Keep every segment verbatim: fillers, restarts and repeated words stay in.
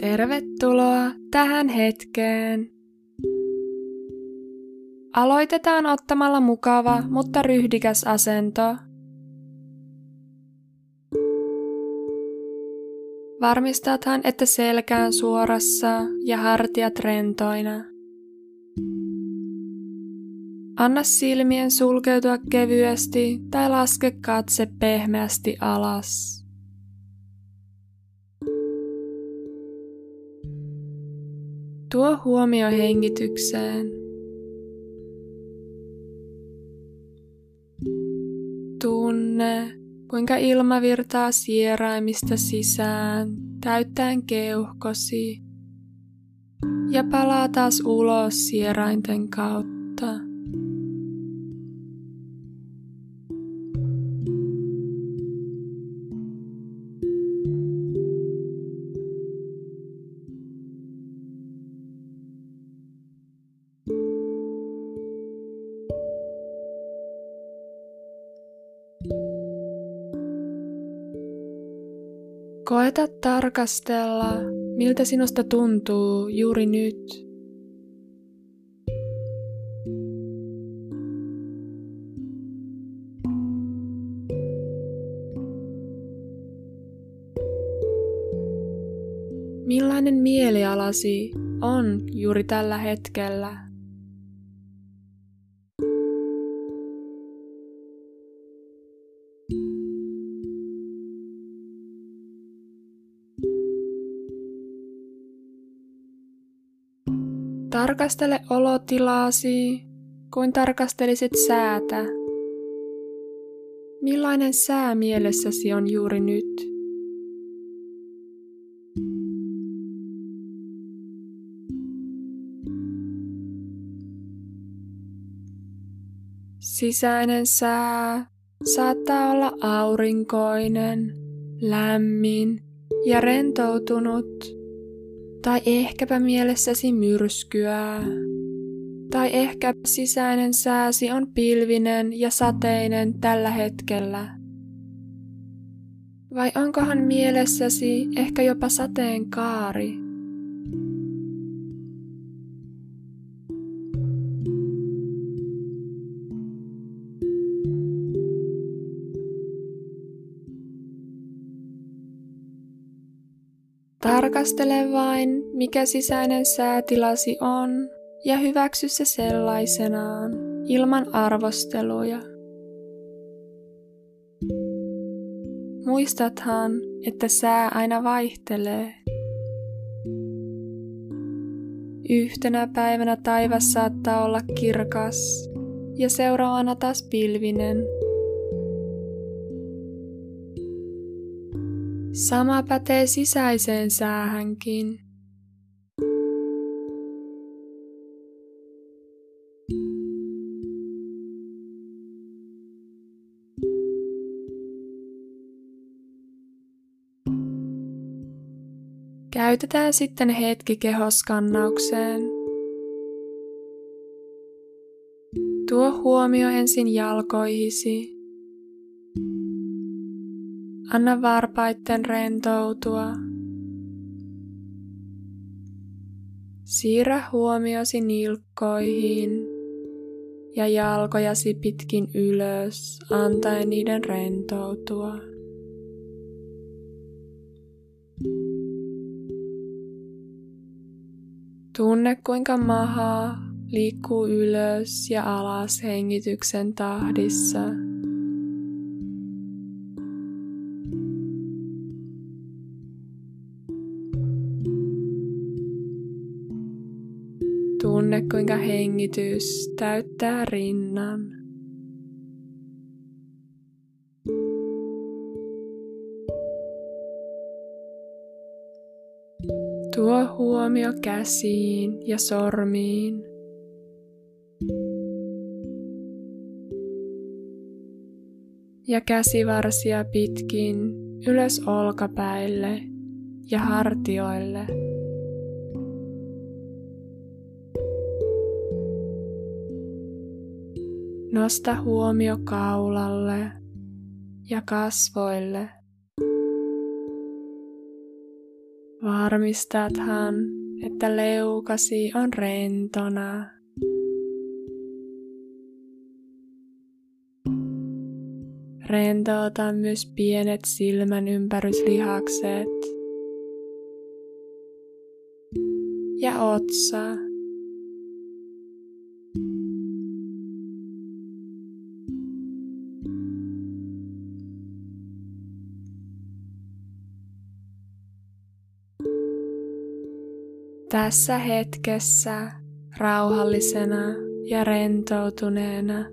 Tervetuloa tähän hetkeen. Aloitetaan ottamalla mukava, mutta ryhdikäs asento. Varmistathan, että selkä on suorassa ja hartiat rentoina. Anna silmien sulkeutua kevyesti tai laske katse pehmeästi alas. Tuo huomio hengitykseen. Tunne, kuinka ilma virtaa sieraimista sisään, täyttäen keuhkosi, ja palaa taas ulos sierainten kautta. Koeta tarkastella, miltä sinusta tuntuu juuri nyt. Millainen mielialasi on juuri tällä hetkellä? Tarkastele olotilaasi, kuin tarkastelisit säätä. Millainen sää mielessäsi on juuri nyt? Sisäinen sää saattaa olla aurinkoinen, lämmin ja rentoutunut. Tai ehkäpä mielessäsi myrskyää. Tai ehkä sisäinen sääsi on pilvinen ja sateinen tällä hetkellä. Vai onkohan mielessäsi ehkä jopa sateenkaari? Tarkastele vain, mikä sisäinen säätilasi on, ja hyväksy se sellaisenaan, ilman arvosteluja. Muistathan, että sää aina vaihtelee. Yhtenä päivänä taivas saattaa olla kirkas, ja seuraavana taas pilvinen. Sama pätee sisäiseen säähänkin. Käytetään sitten hetki kehoskannaukseen. Tuo huomio ensin jalkoihisi. Anna varpaitten rentoutua. Siirrä huomiosi nilkkoihin ja jalkojasi pitkin ylös, antaen niiden rentoutua. Tunne, kuinka maha liikkuu ylös ja alas hengityksen tahdissa. Tunne, kuinka hengitys täyttää rinnan. Tuo huomio käsiin ja sormiin. Ja käsivarsia pitkin ylös olkapäille ja hartioille. Nosta huomio kaulalle ja kasvoille. Varmistathan, että leukasi on rentona. Rentouta myös pienet silmän ympäryslihakset ja otsa. Tässä hetkessä rauhallisena ja rentoutuneena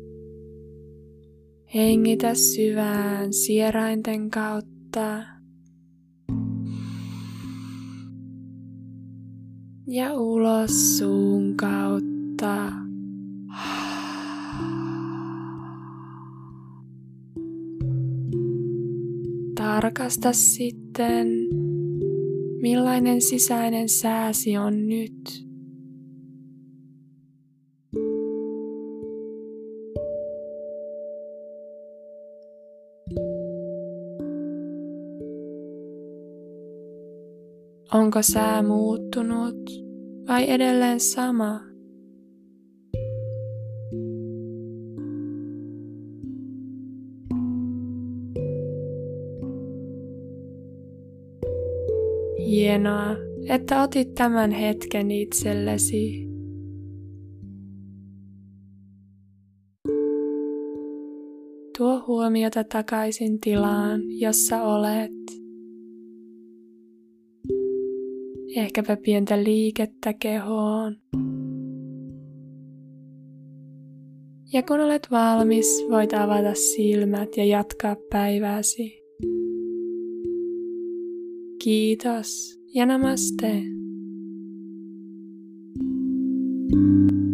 hengitä syvään sierainten kautta ja ulos suun kautta. Tarkasta sitten, millainen sisäinen sääsi on nyt. Onko sää muuttunut vai edelleen sama? Hienoa, että otit tämän hetken itsellesi. Tuo huomiota takaisin tilaan, jossa olet. Ehkäpä pientä liikettä kehoon. Ja kun olet valmis, voit avata silmät ja jatkaa päivääsi. Kiitos ja namaste.